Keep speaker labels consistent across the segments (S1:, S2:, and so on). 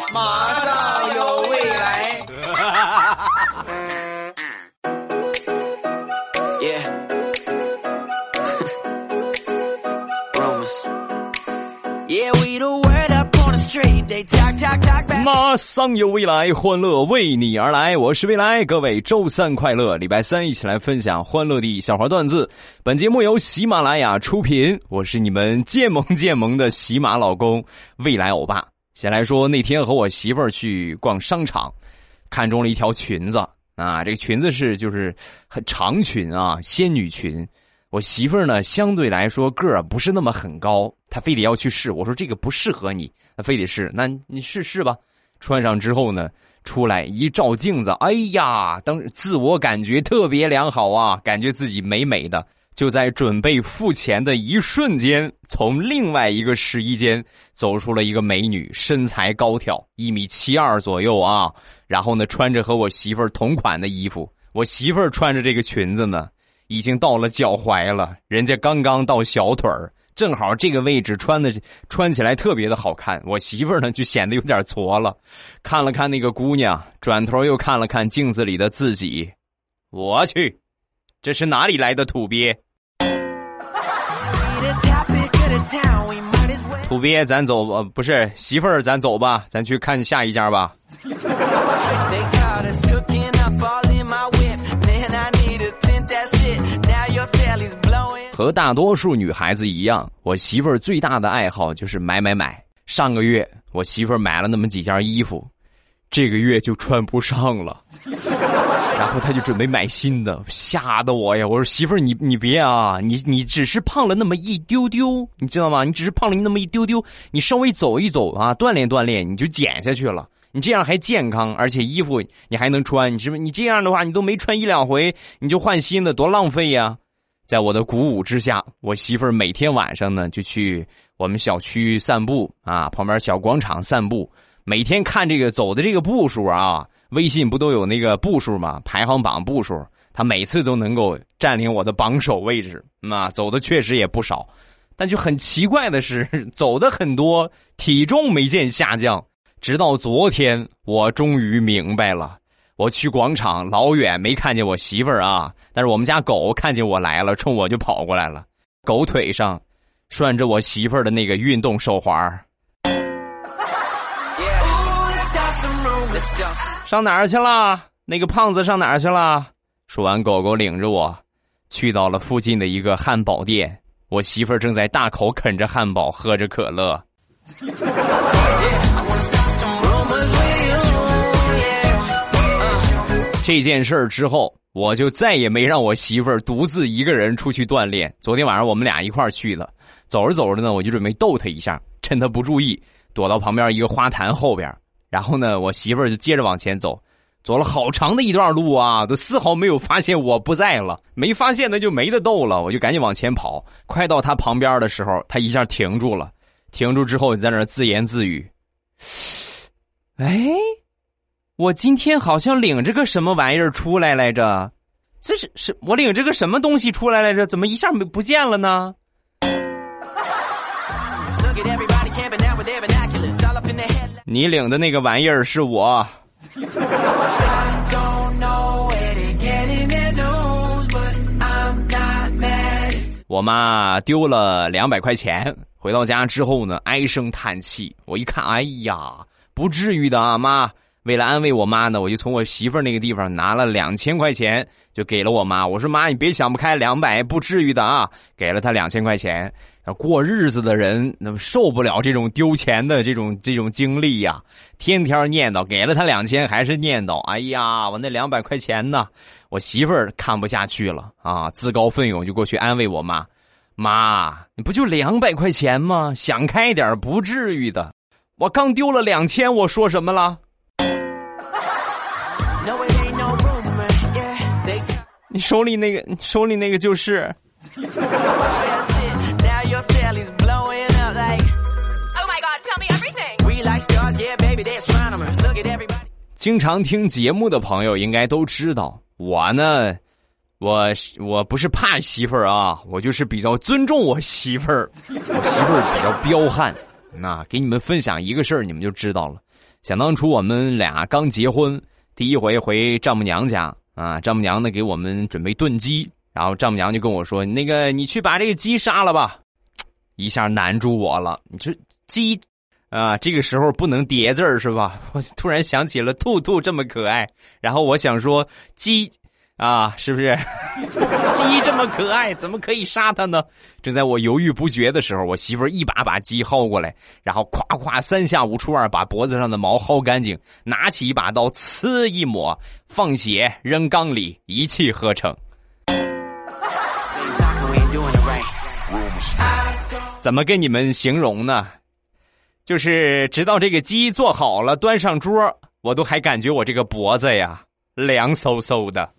S1: 马上有未来。
S2: 马上有未来，欢乐为你而来，我是未来，各位周三快乐，礼拜三一起来分享欢乐的小花段子。本节目由喜马拉雅出品，我是你们渐萌的喜马老公未来欧巴。先来说那天和我媳妇儿去逛商场，看中了一条裙子啊，这个裙子是就是很长裙啊，仙女裙。我媳妇儿呢相对来说个儿不是那么很高，她非得要去试，我说这个不适合你，她非得试，那你试吧。穿上之后呢，出来一照镜子，哎呀，自我感觉特别良好啊，感觉自己美美的。就在准备付钱的一瞬间，从另外一个试衣间走出了一个美女，身材高挑，1.72米左右啊。然后呢，穿着和我媳妇儿同款的衣服，我媳妇儿穿着这个裙子呢，已经到了脚踝了，人家刚刚到小腿儿。正好这个位置穿起来特别的好看，我媳妇儿呢就显得有点矬了。看了看那个姑娘，转头又看了看镜子里的自己，我去，这是哪里来的土鳖？土鳖，咱走不是媳妇儿，咱走吧，咱去看下一家吧。和大多数女孩子一样，我媳妇儿最大的爱好就是买。上个月我媳妇儿买了那么几件衣服，这个月就穿不上了，然后她就准备买新的，吓得我呀！我说媳妇儿，你别啊，你只是胖了那么一丢丢，你知道吗？你只是胖了那么一丢丢，你稍微走一走啊，锻炼，你就减下去了。你这样还健康，而且衣服你还能穿，你这样的话，你都没穿1-2回，你就换新的，多浪费呀！在我的鼓舞之下，我媳妇儿每天晚上呢就去我们小区散步啊，旁边小广场散步，每天看这个走的这个步数啊，微信不都有那个步数吗？排行榜步数，她每次都能够占领我的榜首位置，走的确实也不少，但就很奇怪的是，走的很多，体重没见下降。直到昨天，我终于明白了。我去广场老远没看见我媳妇儿啊，但是我们家狗看见我来了，冲我就跑过来了。狗腿上拴着我媳妇儿的那个运动手环。上哪儿去了？那个胖子上哪儿去了？说完，狗狗领着我去到了附近的一个汉堡店，我媳妇儿正在大口啃着汉堡，喝着可乐。这件事儿之后，我就再也没让我媳妇儿独自一个人出去锻炼。昨天晚上我们俩一块儿去了，走着呢，我就准备逗她一下，趁她不注意，躲到旁边一个花坛后边。然后呢，我媳妇儿就接着往前走，走了好长的一段路啊，都丝毫没有发现我不在了。没发现那就没得逗了，我就赶紧往前跑。快到她旁边的时候，她一下停住了，停住之后在那儿自言自语：哎，我今天好像领着个什么玩意儿出来来着，这是我领着个什么东西出来来着，怎么一下不见了呢？你领的那个玩意儿是我。我妈丢了200块钱，回到家之后呢，唉声叹气。我一看，哎呀，不至于的啊，妈。为了安慰我妈呢，我就从我媳妇儿那个地方拿了2000块钱，就给了我妈。我说妈，你别想不开，200不至于的啊，给了她2000块钱。过日子的人那受不了这种丢钱的这种经历呀，天天念叨，给了他2000还是念叨。哎呀，我那200块钱呢？我媳妇儿看不下去了啊，自告奋勇就过去安慰我妈。妈，你不就200块钱吗？想开点，不至于的。我刚丢了2000，我说什么了？你手里那个就是。经常听节目的朋友应该都知道，我呢，我不是怕媳妇儿啊，我就是比较尊重我媳妇儿。我媳妇儿比较彪悍，那给你们分享一个事儿，你们就知道了。 想当初我们俩刚结婚，第一回回丈母娘家啊，丈母娘呢给我们准备炖鸡，然后丈母娘就跟我说：“那个你去把这个鸡杀了吧。”一下难住我了，你这鸡啊，这个时候不能叠字是吧？我突然想起了兔兔这么可爱，然后我想说鸡啊，是不是鸡这么可爱，怎么可以杀它呢？正在我犹豫不决的时候，我媳妇儿一把把鸡薅过来，然后咵咵3下5除2把脖子上的毛薅干净，拿起一把刀呲一抹，放血扔缸里，一气呵成。怎么跟你们形容呢？就是直到这个鸡做好了端上桌，我都还感觉我这个脖子呀凉飕飕的。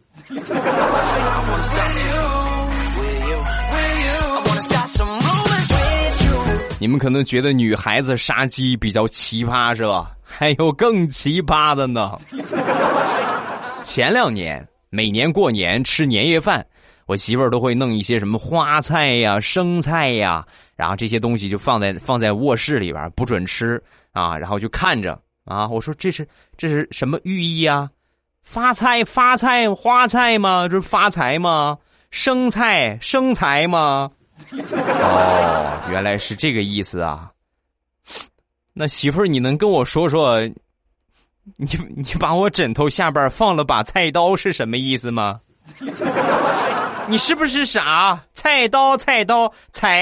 S2: 你们可能觉得女孩子杀鸡比较奇葩是吧？还有更奇葩的呢。前2年每年过年吃年夜饭，我媳妇儿都会弄一些什么花菜呀、生菜呀，然后这些东西就放在卧室里边不准吃啊，然后就看着啊，我说这是什么寓意啊？发菜花菜吗？这是发财吗？生菜生财吗？哦，原来是这个意思啊。那媳妇儿，你能跟我说说，你把我枕头下边放了把菜刀是什么意思吗？你是不是傻？菜刀财到。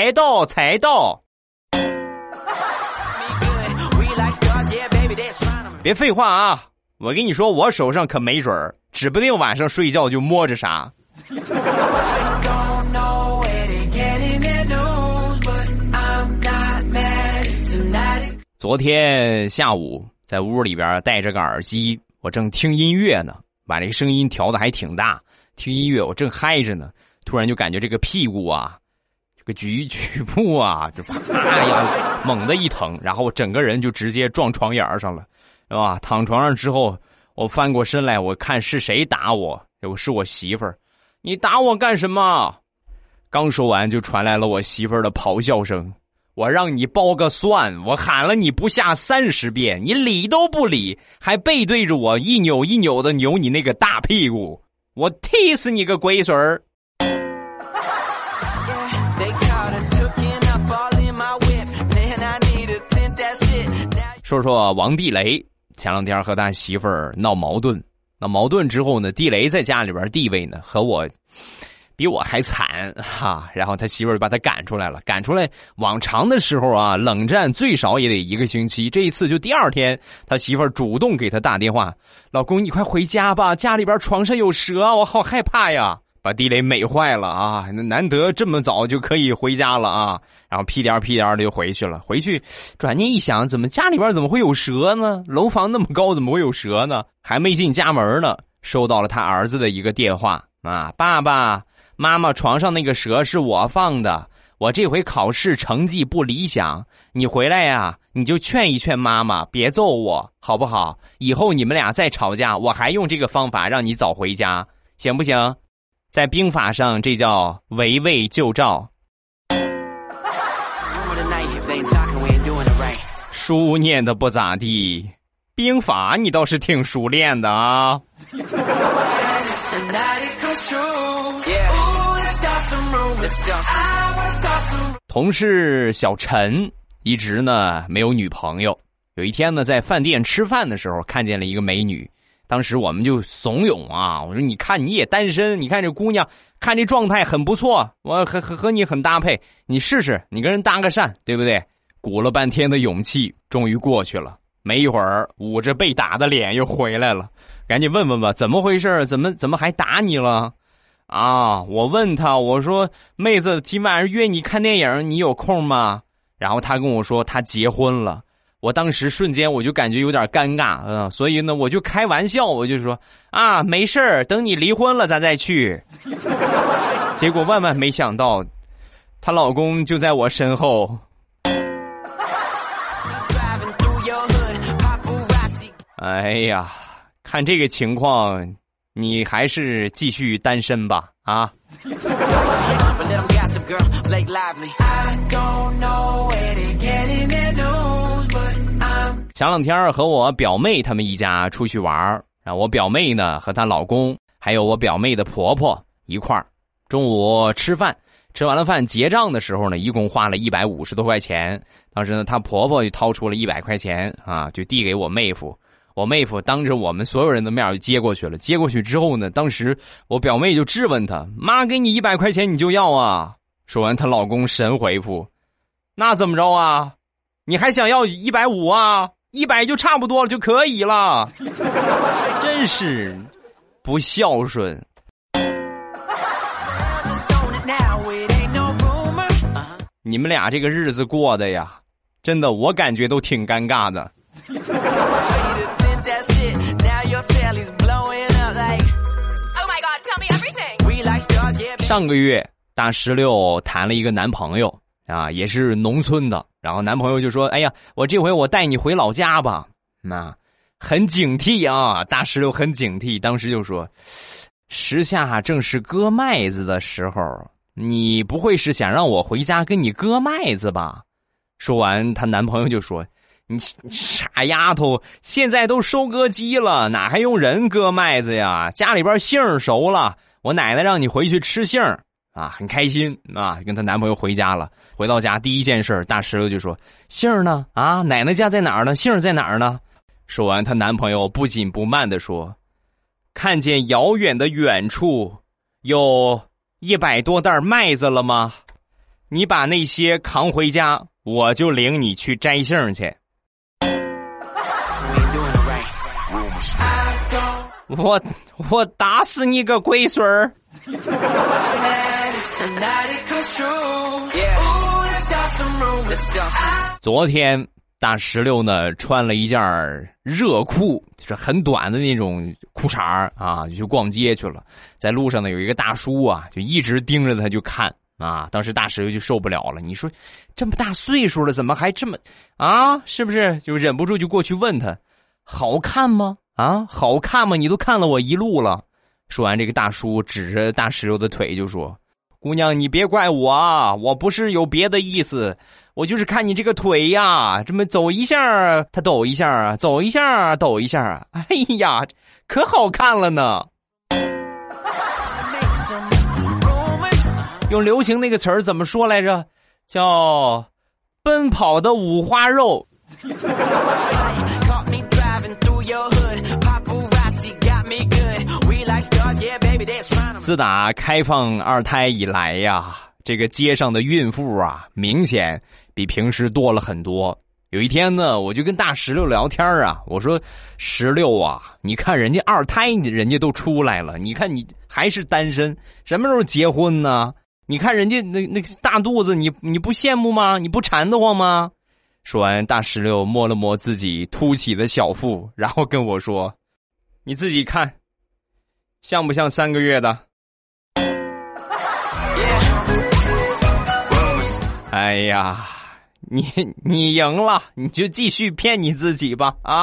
S2: 别废话啊，我跟你说，我手上可没准儿，指不定晚上睡觉就摸着啥。昨天下午在屋里边戴着个耳机，我正听音乐呢，把这个声音调的还挺大，听音乐我正嗨着呢，突然就感觉这个屁股啊，这个举步啊，就啪呀猛的一疼，然后我整个人就直接撞床沿上了，是吧？躺床上之后，我翻过身来，我看是谁打我，是我媳妇儿。你打我干什么？刚说完就传来了我媳妇儿的咆哮声。我让你剥个蒜，我喊了你不下30遍，你理都不理，还背对着我一扭一扭的扭你那个大屁股，我踢死你个龟孙儿！说说王地雷，前2天和他媳妇儿闹矛盾之后呢，地雷在家里边地位呢和我比我还惨哈，然后他媳妇儿就把他赶出来了。赶出来，往常的时候啊，冷战最少也得1个星期。这一次就第2天，他媳妇儿主动给他打电话：“老公，你快回家吧，家里边床上有蛇，我好害怕呀！”把地雷美坏了啊！难得这么早就可以回家了啊！然后屁颠的就回去了。回去转念一想，怎么家里边怎么会有蛇呢？楼房那么高，怎么会有蛇呢？还没进家门呢，收到了他儿子的一个电话啊，爸爸。妈妈床上那个蛇是我放的，我这回考试成绩不理想，你回来呀，你就劝一劝妈妈，别揍我，好不好？以后你们俩再吵架，我还用这个方法让你早回家，行不行？在兵法上这叫围魏救赵。书念的不咋地，兵法你倒是挺熟练的啊。同事小陈一直呢没有女朋友，有一天呢在饭店吃饭的时候看见了一个美女，当时我们就怂恿啊，我说你看你也单身，你看这姑娘看这状态很不错，我和你很搭配，你试试，你跟人搭个讪，对不对？鼓了半天的勇气终于过去了，没一会儿捂着被打的脸又回来了，赶紧问问吧，怎么回事？怎么还打你了？啊！我问他，我说妹子，今晚上约你看电影，你有空吗？然后他跟我说他结婚了。我当时瞬间我就感觉有点尴尬，所以呢我就开玩笑，我就说啊，没事儿，等你离婚了咱再去。结果万万没想到，她老公就在我身后。哎呀，看这个情况，你还是继续单身吧，啊！ 前两天和我表妹他们一家出去玩，然后我表妹呢和她老公还有我表妹的婆婆一块儿，中午吃饭，吃完了饭结账的时候呢，一共花了150多块钱。当时呢，她婆婆就掏出了100块钱啊，就递给我妹夫。我妹夫当着我们所有人的面就接过去了。接过去之后呢，当时我表妹就质问她：“妈给你100块钱你就要啊？”说完，她老公神回复：“那怎么着啊？你还想要150啊？100就差不多了就可以了。”真是不孝顺。你们俩这个日子过的呀，真的我感觉都挺尴尬的。上个月大16谈了一个男朋友啊，也是农村的，然后男朋友就说：“哎呀，我这回我带你回老家吧。”那很警惕啊，大16很警惕，当时就说：“时下正是割麦子的时候，你不会是想让我回家跟你割麦子吧？”说完，她男朋友就说：“你傻丫头，现在都收割机了，哪还用人割麦子呀？家里边杏熟了，我奶奶让你回去吃杏啊，很开心啊。”跟她男朋友回家了，回到家第一件事，大16就说：“杏呢？啊，奶奶家在哪儿呢？杏在哪儿呢？”说完，她男朋友不紧不慢地说：“看见遥远的远处有100多袋麦子了吗？你把那些扛回家，我就领你去摘杏去。”我打死你个龟孙儿！昨天大16呢穿了一件热裤，就是很短的那种裤衩啊，就去逛街去了。在路上呢有一个大叔啊，就一直盯着他就看啊。当时大16就受不了了，你说这么大岁数了，怎么还这么啊？是不是？就忍不住就过去问他，好看吗？啊，好看吗？你都看了我一路了。说完，这个大叔指着大16的腿就说：“姑娘，你别怪我啊，我不是有别的意思，我就是看你这个腿呀，这么走一下他抖一下，走一下抖一下，哎呀，可好看了呢。”用流行那个词儿怎么说来着？叫奔跑的五花肉。自打开放2胎以来呀，这个街上的孕妇啊，明显比平时多了很多。有一天呢，我就跟大16聊天啊，我说：“16啊，你看人家2胎，人家都出来了，你看你还是单身，什么时候结婚呢？你看人家那大肚子，你不羡慕吗？你不馋得慌吗？”说完，大16摸了摸自己凸起的小腹，然后跟我说：“你自己看，像不像3个月的？”哎呀，你赢了，你就继续骗你自己吧啊！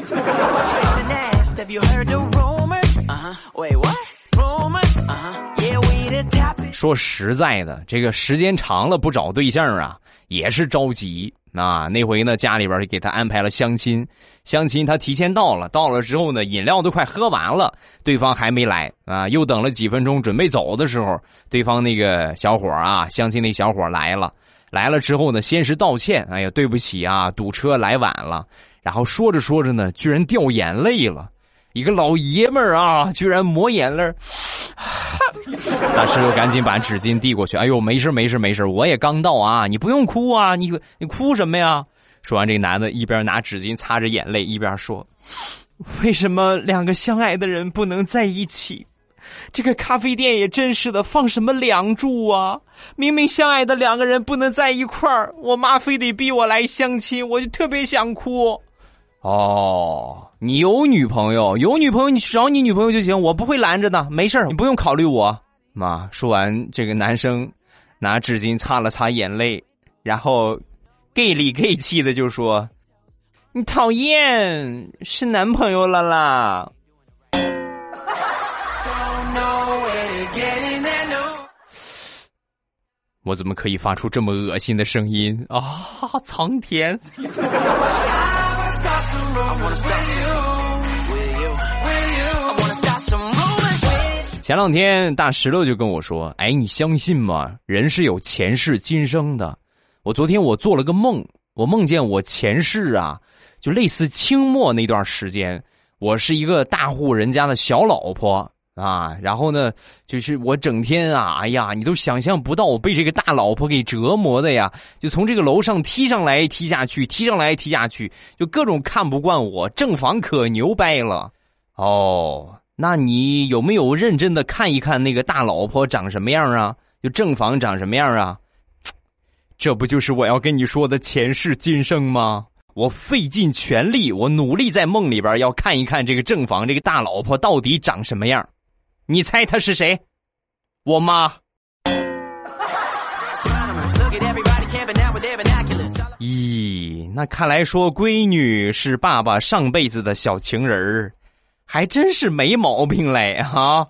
S2: 说实在的，这个时间长了不找对象啊，也是着急啊。那回呢，家里边给他安排了相亲他提前到了之后呢，饮料都快喝完了，对方还没来啊，又等了几分钟，准备走的时候，对方那个小伙啊，相亲那小伙来了之后呢，先是道歉，哎呀，对不起啊，堵车来晚了。然后说着说着呢，居然掉眼泪了，一个老爷们儿啊，居然抹眼泪。大16赶紧把纸巾递过去，哎呦，没事，我也刚到啊，你不用哭啊，你哭什么呀？说完，这个男的一边拿纸巾擦着眼泪，一边说：“为什么2个相爱的人不能在一起？这个咖啡店也真是的，放什么梁祝啊？明明相爱的2个人不能在一块儿，我妈非得逼我来相亲，我就特别想哭。”哦，你有女朋友你找你女朋友就行，我不会拦着的，没事，你不用考虑我。妈，说完，这个男生拿纸巾擦了擦眼泪，然后 gay 里 gay 气的就说：“你讨厌，是男朋友了啦。”我怎么可以发出这么恶心的声音啊？苍天！ 前两天大石榴就跟我说，哎，你相信吗？人是有前世今生的。昨天我做了个梦，我梦见我前世啊，就类似清末那段时间，我是一个大户人家的小老婆啊，然后呢，就是我整天啊，哎呀，你都想象不到我被这个大老婆给折磨的呀，就从这个楼上踢上来踢下去，踢上来踢下去，就各种看不惯我，正房可牛掰了。哦，那你有没有认真的看一看那个大老婆长什么样啊？就正房长什么样啊？这不就是我要跟你说的前世今生吗？我费尽全力，我努力在梦里边要看一看这个正房这个大老婆到底长什么样。你猜她是谁？我妈。咦，那看来说闺女是爸爸上辈子的小情人儿，还真是没毛病嘞哈。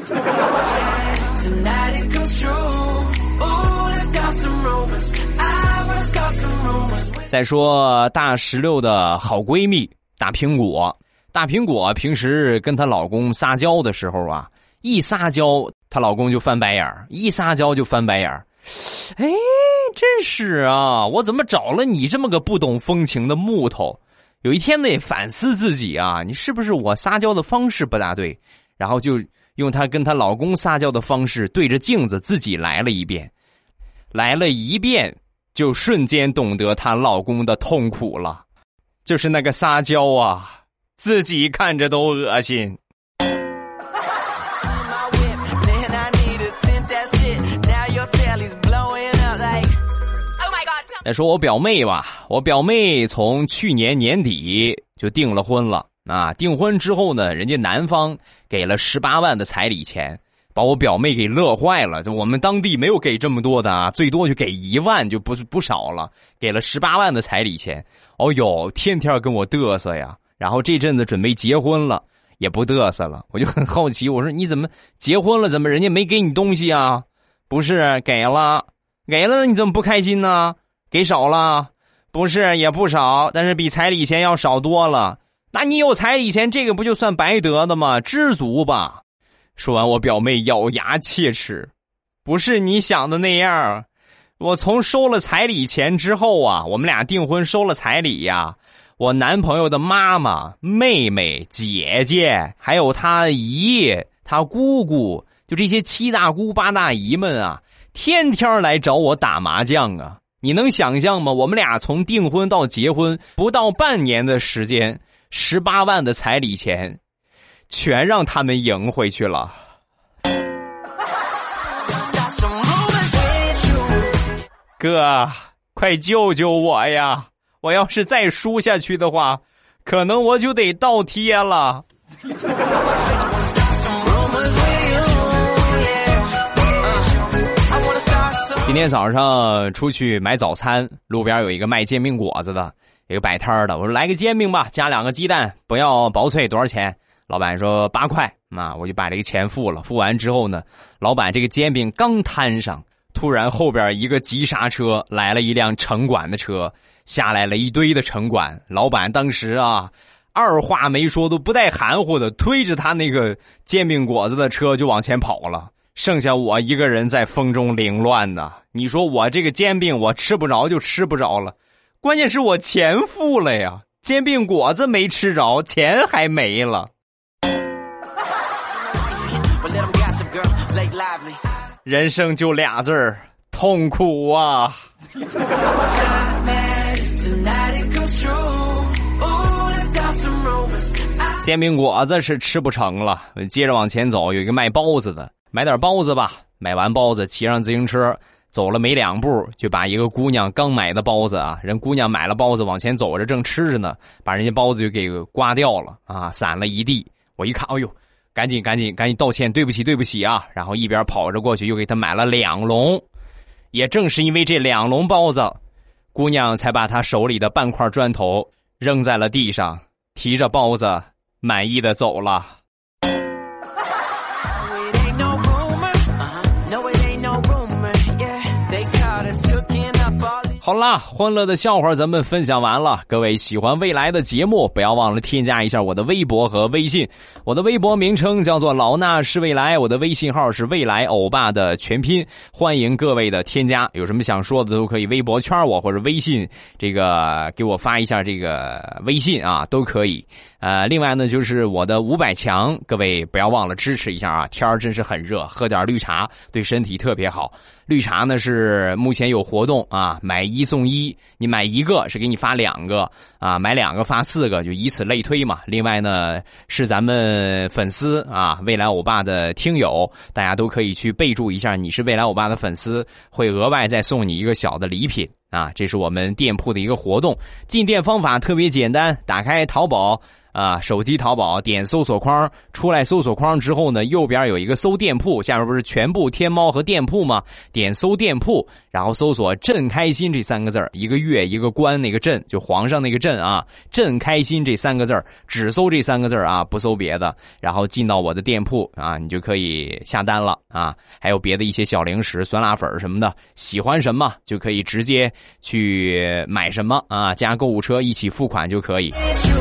S2: 再说大石榴的好闺蜜大苹果，大苹果平时跟她老公撒娇的时候啊，一撒娇她老公就翻白眼儿，一撒娇就翻白眼儿。哎，真是啊，我怎么找了你这么个不懂风情的木头？有一天得反思自己啊，你是不是我撒娇的方式不大对？然后就用她跟她老公撒娇的方式对着镜子自己来了一遍，就瞬间懂得她老公的痛苦了，就是那个撒娇啊，自己看着都恶心。再说我表妹吧，我表妹从去年年底就订了婚了啊！订婚之后呢，人家男方给了18万的彩礼钱，把我表妹给乐坏了。就我们当地没有给这么多的啊，最多就给1万，就不少了。给了18万的彩礼钱，哦哟，天天跟我嘚瑟呀。然后这阵子准备结婚了，也不嘚瑟了。我就很好奇，我说你怎么结婚了，怎么人家没给你东西啊？不是给了，你怎么不开心呢？给少了？不是，也不少，但是比彩礼钱要少多了。那你有彩礼钱，这个不就算白得的吗？知足吧。说完，我表妹咬牙切齿，不是你想的那样。我从收了彩礼钱之后啊，我们俩订婚收了彩礼呀，我男朋友的妈妈、妹妹、姐姐，还有他姨、他姑姑，就这些7大姑8大姨们啊，天天来找我打麻将啊。你能想象吗？我们俩从订婚到结婚不到半年的时间，18万的彩礼钱全让他们赢回去了。哥，快救救我呀！我要是再输下去的话，可能我就得倒贴了。今天早上出去买早餐，路边有一个卖煎饼果子的，一个摆摊的，我说来个煎饼吧，加2个鸡蛋，不要薄脆，多少钱？老板说8块，我就把这个钱付了。付完之后呢，老板这个煎饼刚摊上，突然后边一个急刹车，来了一辆城管的车，下来了一堆的城管。老板当时啊，二话没说，都不带含糊的，推着他那个煎饼果子的车就往前跑了。剩下我一个人在风中凌乱呢。你说我这个煎饼我吃不着就吃不着了，关键是我钱付了呀，煎饼果子没吃着，钱还没了。人生就俩字儿，痛苦啊。煎饼果子是吃不成了，接着往前走，有一个卖包子的，买点包子吧。买完包子，骑上自行车走了没2步，就把一个姑娘刚买的包子啊，人姑娘买了包子往前走着正吃着呢，把人家包子就给刮掉了啊，散了一地。我一看，哎呦，赶紧道歉，对不起啊。然后一边跑着过去又给他买了2笼。也正是因为这2笼包子，姑娘才把她手里的半块砖头扔在了地上，提着包子满意的走了。好啦，欢乐的笑话咱们分享完了。各位喜欢未来的节目，不要忘了添加一下我的微博和微信。我的微博名称叫做老衲是未来，我的微信号是未来欧巴的全拼，欢迎各位的添加。有什么想说的都可以微博圈我，或者微信这个给我发一下这个微信啊，都可以。另外呢，就是我的500强，各位不要忘了支持一下啊！天儿真是很热，喝点绿茶对身体特别好。绿茶呢是目前有活动啊，买1送1，你买1个是给你发2个啊，买2个发4个，就以此类推嘛。另外呢，是咱们粉丝啊，未来欧巴的听友，大家都可以去备注一下你是未来欧巴的粉丝，会额外再送你一个小的礼品啊。这是我们店铺的一个活动，进店方法特别简单，打开淘宝。手机淘宝点搜索框，出来搜索框之后呢，右边有一个搜店铺，下面不是全部天猫和店铺吗？点搜店铺，然后搜索朕开心这3个字，一个月一个官，那个朕就皇上那个朕啊，朕开心这3个字，只搜这3个字啊，不搜别的，然后进到我的店铺啊，你就可以下单了啊。还有别的一些小零食、酸辣粉什么的，喜欢什么就可以直接去买什么啊，加购物车一起付款就可以。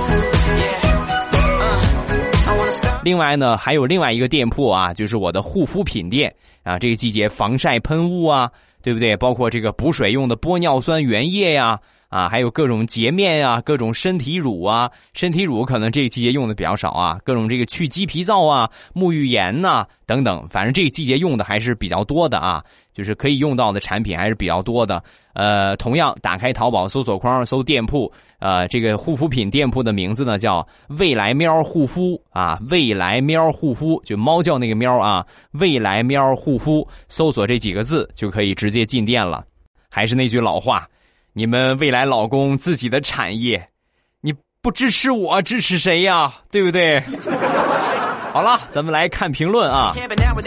S2: 另外呢，还有另外一个店铺啊，就是我的护肤品店啊，这个季节防晒喷雾啊，对不对？包括这个补水用的玻尿酸原液呀，还有各种洁面啊，各种身体乳啊，身体乳可能这个季节用的比较少啊，各种这个去鸡皮皂啊、沐浴盐呐等等，反正这个季节用的还是比较多的啊，就是可以用到的产品还是比较多的。同样打开淘宝搜索框搜店铺，这个护肤品店铺的名字呢叫未来喵护肤啊，未来喵护肤，就猫叫那个喵啊，未来喵护肤，搜索这几个字就可以直接进店了。还是那句老话，你们未来老公自己的产业，你不支持我支持谁呀？对不对？好了，咱们来看评论啊。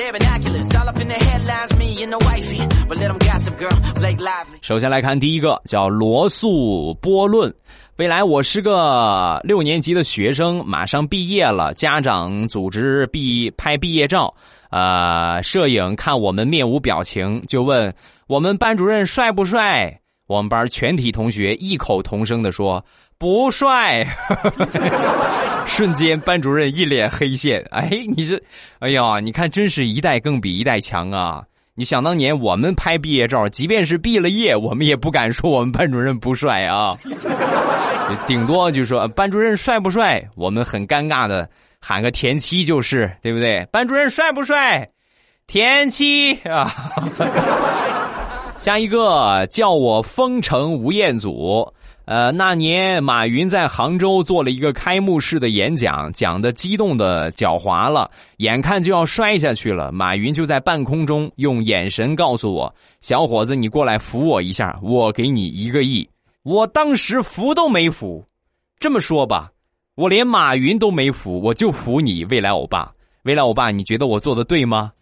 S2: 首先来看第一个，叫罗素波论。未来我是个6年级的学生，马上毕业了，家长组织拍毕业照，摄影看我们面无表情，就问我们班主任帅不帅？我们班全体同学异口同声地说不帅。瞬间班主任一脸黑线，哎呀，你看真是一代更比一代强啊。你想当年我们拍毕业照，即便是毕了业，我们也不敢说我们班主任不帅啊，顶多就说班主任帅不帅，我们很尴尬的喊个田七就是，对不对？班主任帅不帅？田七啊。下一个叫我丰城吴彦祖。那年马云在杭州做了一个开幕式的演讲，讲得激动的脚滑了，眼看就要摔下去了。马云就在半空中用眼神告诉我，小伙子你过来扶我一下，我给你1个亿。我当时扶都没扶。这么说吧，我连马云都没扶，我就扶你未来欧巴。未来欧巴，你觉得我做的对吗？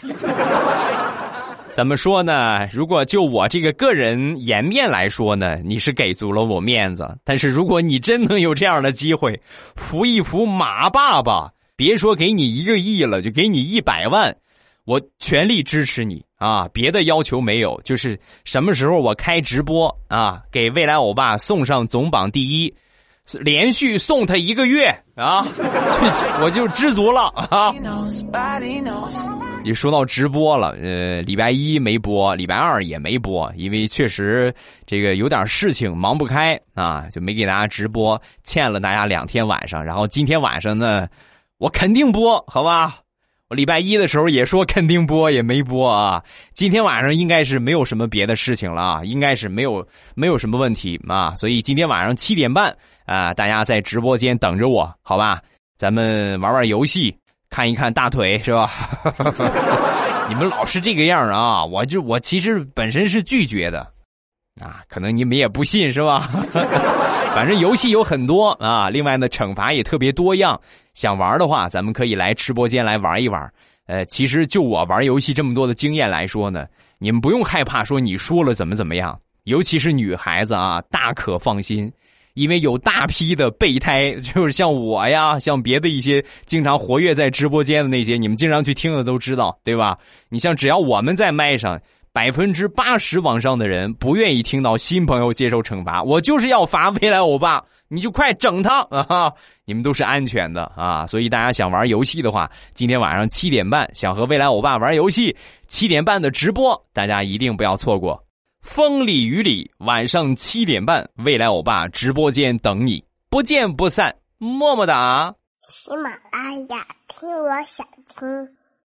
S2: 怎么说呢，如果就我这个个人颜面来说呢，你是给足了我面子，但是如果你真能有这样的机会扶一扶马爸爸，别说给你1个亿了，就给你100万，我全力支持你啊！别的要求没有，就是什么时候我开直播啊，给未来欧巴送上总榜第1，连续送他1个月啊，我就知足了啊！也说到直播了，礼拜1没播，礼拜2也没播，因为确实这个有点事情忙不开啊，就没给大家直播，欠了大家2天晚上。然后今天晚上呢，我肯定播，好吧？我礼拜1的时候也说肯定播，也没播啊。今天晚上应该是没有什么别的事情了啊，应该是没有什么问题啊，所以今天晚上7点半啊，大家在直播间等着我，好吧？咱们玩玩游戏。看一看大腿是吧？你们老是这个样啊，我其实本身是拒绝的啊，可能你们也不信是吧？反正游戏有很多啊，另外呢惩罚也特别多样，想玩的话咱们可以来直播间来玩一玩。其实就我玩游戏这么多的经验来说呢，你们不用害怕说你输了怎么样，尤其是女孩子啊，大可放心。因为有大批的备胎，就是像我呀，像别的一些经常活跃在直播间的那些，你们经常去听的都知道，对吧？你像只要我们在麦上， 80%往上的人不愿意听到新朋友接受惩罚，我就是要罚未来欧巴，你就快整他啊！你们都是安全的啊，所以大家想玩游戏的话，今天晚上7点半想和未来欧巴玩游戏，7点半的直播，大家一定不要错过。风里雨里，晚上7点半，未来欧巴直播间等你，不见不散，么么哒。
S3: 喜马拉雅，听我想听。